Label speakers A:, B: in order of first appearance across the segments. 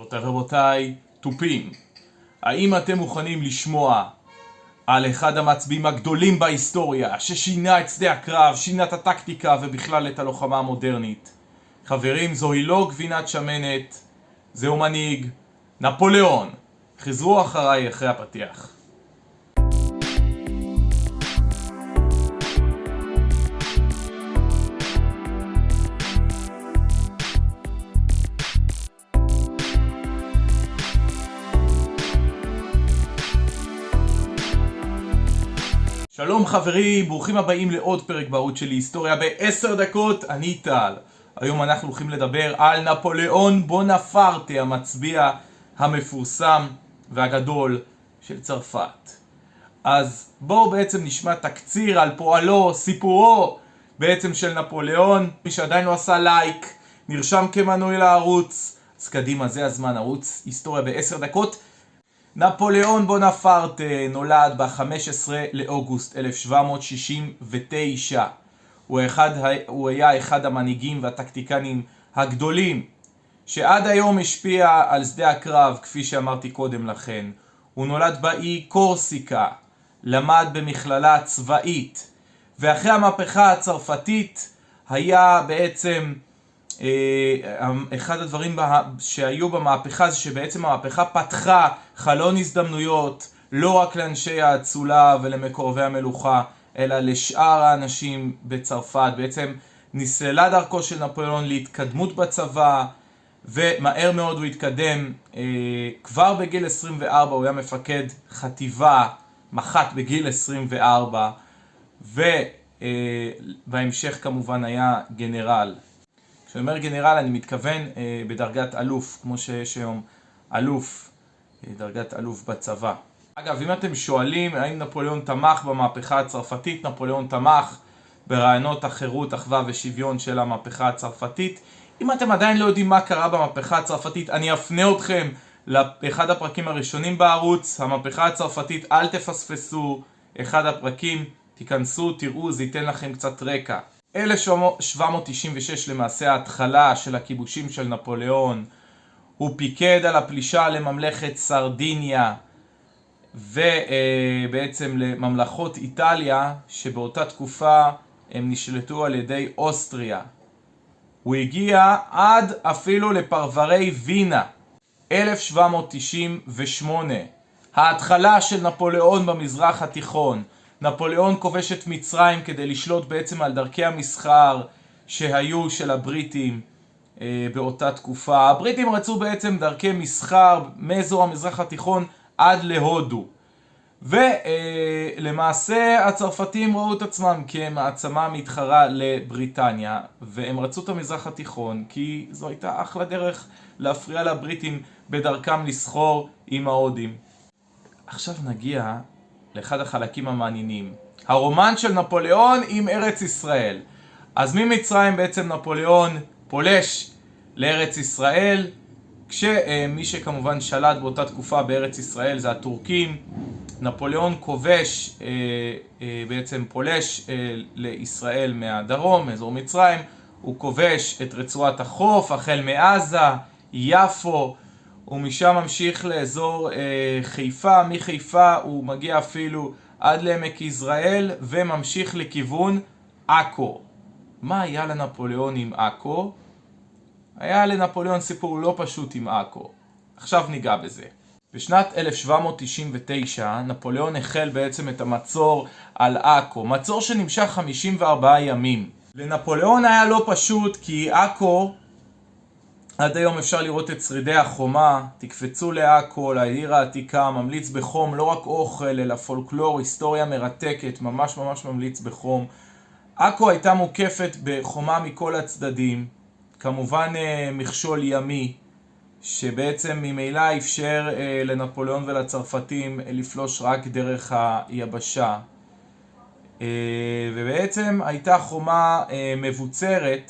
A: גבירותיי רבותיי, תופים, האם אתם מוכנים לשמוע על אחד המצביעים הגדולים בהיסטוריה ששינה את שדה הקרב, שינה את הטקטיקה ובכלל את הלוחמה המודרנית? חברים, זוהי לא גבינת שמנת, זהו מנהיג, נפוליאון. חזרו אחריי אחרי הפתיח. שלום חברים, ברוכים הבאים לעוד פרק בערוץ שלי, היסטוריה ב10 דקות, אני טל. היום אנחנו הולכים לדבר על נפוליאון בונפרטה, המצביע המפורסם והגדול של צרפת. אז בואו בעצם נשמע תקציר על פועלו, סיפורו בעצם של נפוליאון. מי שעדיין לא עשה לייק, נרשם כמנוי לערוץ, אז קדימה, זה הזמן, ערוץ היסטוריה ב10 דקות. נפוליאון בונפרטה נולד ב-15 לאוגוסט 1769. הוא היה אחד המנהיגים והטקטיקנים הגדולים שעד היום השפיע על שדה הקרב, כפי שאמרתי קודם לכן. הוא נולד באי קורסיקה, למד במכללה צבאית, ואחרי המהפכה הצרפתית היה בעצם אחד הדברים שהיו במהפכה זה שבעצם המהפכה פתחה חלון הזדמנויות לא רק לאנשי האצולה ולמקורבי המלוכה, אלא לשאר האנשים בצרפת. בעצם נסללה דרכו של נפוליאון להתקדמות בצבא, ומהר מאוד הוא התקדם. כבר בגיל 24 הוא היה מפקד חטיבה, מח"ט בגיל 24, ובהמשך כמובן היה גנרל. כשאני אומר גנרל אני מתכוון בדרגת אלוף, כמו שיש היום אלוף, דרגת אלוף בצבא. אגב, אם אתם שואלים האם נפוליאון תמך במהפכה הצרפתית, נפוליאון תמך ברעיונות החירות, אחווה ושוויון של המהפכה הצרפתית. אם אתם עדיין לא יודעים מה קרה במהפכה הצרפתית, אני אפנה אתכם לאחד הפרקים הראשונים בערוץ, המהפכה הצרפתית, אל תפספסו אחד הפרקים, תיכנסו, תראו, זה ייתן לכם קצת רקע. 1796 למעשה ההתחלה של הכיבושים של נפוליאון. הוא פיקד על הפלישה לממלכת סרדיניה ובעצם לממלכות איטליה שבאותה תקופה הם נשלטו על ידי אוסטריה. הוא הגיע עד אפילו לפרברי וינה. 1798 ההתחלה של נפוליאון במזרח התיכון. נפוליאון כובש את מצרים כדי לשלוט בעצם על דרכי המסחר שהיו של הבריטים באותה תקופה. הבריטים רצו בעצם דרכי מסחר מאזור המזרח התיכון עד להודו. ולמעשה הצרפתים ראו את עצמם כמעצמה מתחרה לבריטניה, והם רצו את המזרח התיכון כי זו הייתה אחלה דרך להפריע לבריטים בדרכם לסחור עם ההודים. עכשיו נגיע לאחד החלקים המעניינים, הרומן של נפוליאון עם ארץ ישראל. אז ממצרים בעצם נפוליאון פולש לארץ ישראל, כשמי שכמובן שלט באותה תקופה בארץ ישראל זה הטורקים. נפוליאון כובש, בעצם פולש לישראל מהדרום, מאזור מצרים. הוא כובש את רצועת החוף, החל מעזה, יפו, ומשם ממשיך לאזור חיפה. מחיפה הוא מגיע אפילו עד לעמק יזרעאל וממשיך לכיוון עכו. מה היה לנפוליאון עם עכו? היה לנפוליאון סיפור לא פשוט עם עכו. עכשיו ניגע בזה. בשנת 1799 נפוליאון החל בעצם את המצור על עכו, מצור שנמשך 54 ימים. לנפוליאון היה לא פשוט כי עכו, עד היום אפשר לראות את שרידי החומה. תקפצו לעכו, לעיר העתיקה, ממליץ בחום, לא רק אוכל אלא פולקלור, היסטוריה מרתקת, ממש ממש ממליץ בחום. עכו הייתה מוקפת בחומה מכל הצדדים, כמובן מכשול ימי שבעצם ממילא אפשר לנפוליאון ולצרפתים לפלוש רק דרך היבשה, ובעצם הייתה חומה מבוצרת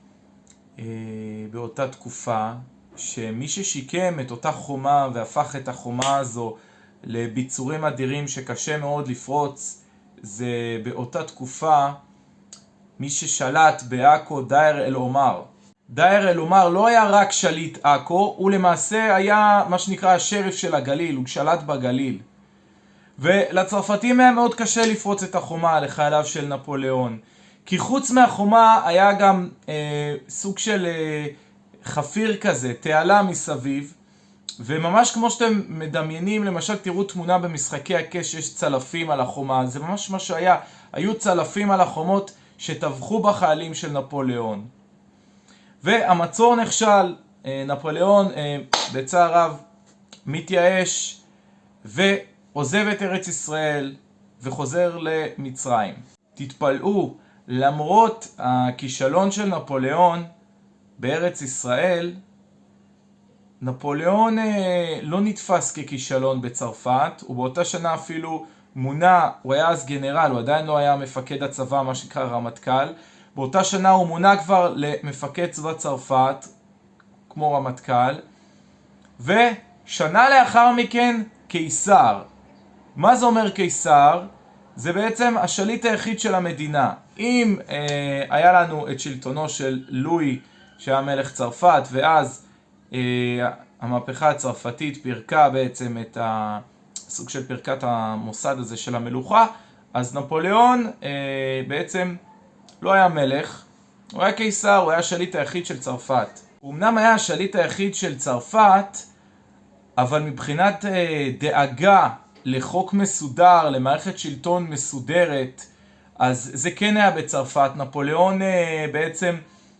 A: באותה תקופה, שמי ששיקם את אותה חומה והפך את החומה הזו לביצורים אדירים שקשה מאוד לפרוץ, זה באותה תקופה מי ששלט בעכו דייר אל עומר. דייר אל-אומר לא היה רק שליט עכו, הוא למעשה היה מה שנקרא השריף של הגליל, הוא שלט בגליל. ולצרפתים היה מאוד קשה לפרוץ את החומה לחייליו של נפוליאון. כי חוץ מהחומה היה גם סוג של חפיר כזה, תעלה מסביב. וממש כמו שאתם מדמיינים, למשל תראו תמונה במשחקי הקש, יש צלפים על החומה, זה ממש מה שהיה. היו צלפים על החומות שטבחו בחיילים של נפוליאון. והמצור נכשל, נפוליאון בצער רב מתייאש ועוזב את ארץ ישראל וחוזר למצרים. תתפלאו, למרות הכישלון של נפוליאון בארץ ישראל, נפוליאון לא נתפס ככישלון בצרפת, ובאותה שנה אפילו מונה, הוא היה אז גנרל, הוא עדיין לא היה מפקד הצבא, מה שנקרא רמטכ"ל. באותה שנה הוא מונה כבר למפקד צבא צרפת, כמו רמטכ"ל, ושנה לאחר מכן קיסר. מה זה אומר קיסר? זה בעצם השליט היחיד של המדינה. אם היה לנו את שלטונו של לואי, שהיה מלך צרפת, ואז המהפכה הצרפתית פירקה בעצם את הסוג של פרקת המוסד הזה של המלוכה, אז נפוליאון בעצם לא היה מלך, הוא היה קיסר, הוא היה השליט היחיד של צרפת. הוא אמנם היה השליט היחיד של צרפת, אבל מבחינת דאגה לחוק מסודר, למערכת שלטון מסודרת, אז זה כן היה בצרפת. נפוליאון בעצם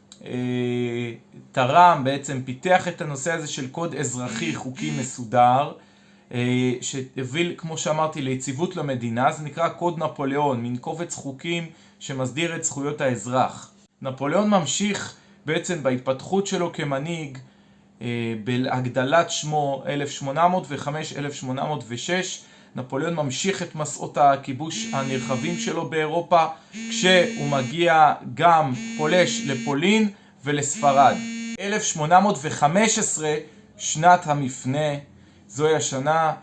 A: תרם, בעצם פיתח את הנושא הזה של קוד אזרחי חוקי מסודר, שהביא, כמו שאמרתי, ליציבות למדינה. זה נקרא קוד נפוליאון, מין קובץ חוקים שמסדיר את זכויות האזרח. נפוליאון ממשיך בעצם בהתפתחות שלו כמנהיג, בהגדלת שמו 1805-1806. נפוליאון ממשיך את מסעות הכיבוש הנרחבים שלו באירופה, כשהוא מגיע גם פולש לפולין ולספרד. 1815, שנת המפנה, זוהי השנה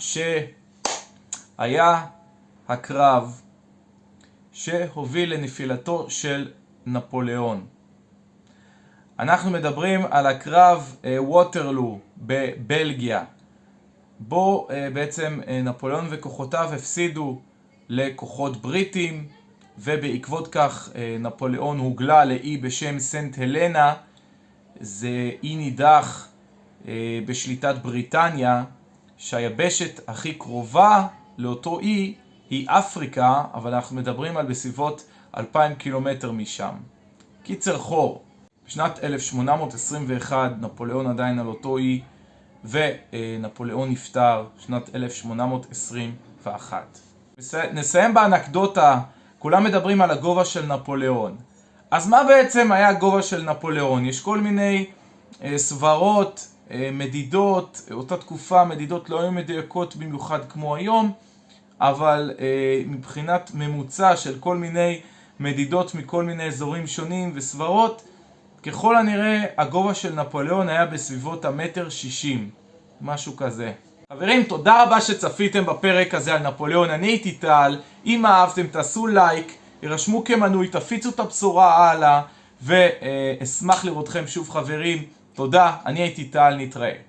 A: שהיה הקרב שהוביל לנפילתו של נפוליאון. אנחנו מדברים על הקרב ווטרלו בבלגיה, בו בעצם נפוליאון וכוחותיו הפסידו לכוחות בריטים, ובעקבות כך נפוליאון הוגלה לאי בשם סנט הלנה. זה אי נידח בשליטת בריטניה, שהיבשת הכי קרובה לאותו אי היא אפריקה, אבל אנחנו מדברים על בסביבות 2,000 קילומטר משם. קיצר חור. בשנת 1821 נפוליאון עדיין על אותו אי, ונפוליאון נפטר שנת 1821. נסיים באנקדוטה. כולם מדברים על הגובה של נפוליאון. אז מה בעצם היה הגובה של נפוליאון? יש כל מיני סברות, מדידות. אותה תקופה מדידות לא היו מדויקות במיוחד כמו היום, אבל מבחינת ממוצע של כל מיני מדידות מכל מיני אזורים שונים וסברות, ככל הנראה הגובה של נפוליאון היה בסביבות 1.60 מטר, משהו כזה. חברים, תודה רבה שצפיתם בפרק הזה על נפוליאון. אני הייתי טל. אם אהבתם תעשו לייק, הרשמו כמנוי, תפיצו את הבשורה הלאה, ואשמח לראותכם שוב חברים. תודה, אני הייתי טל, נתראה.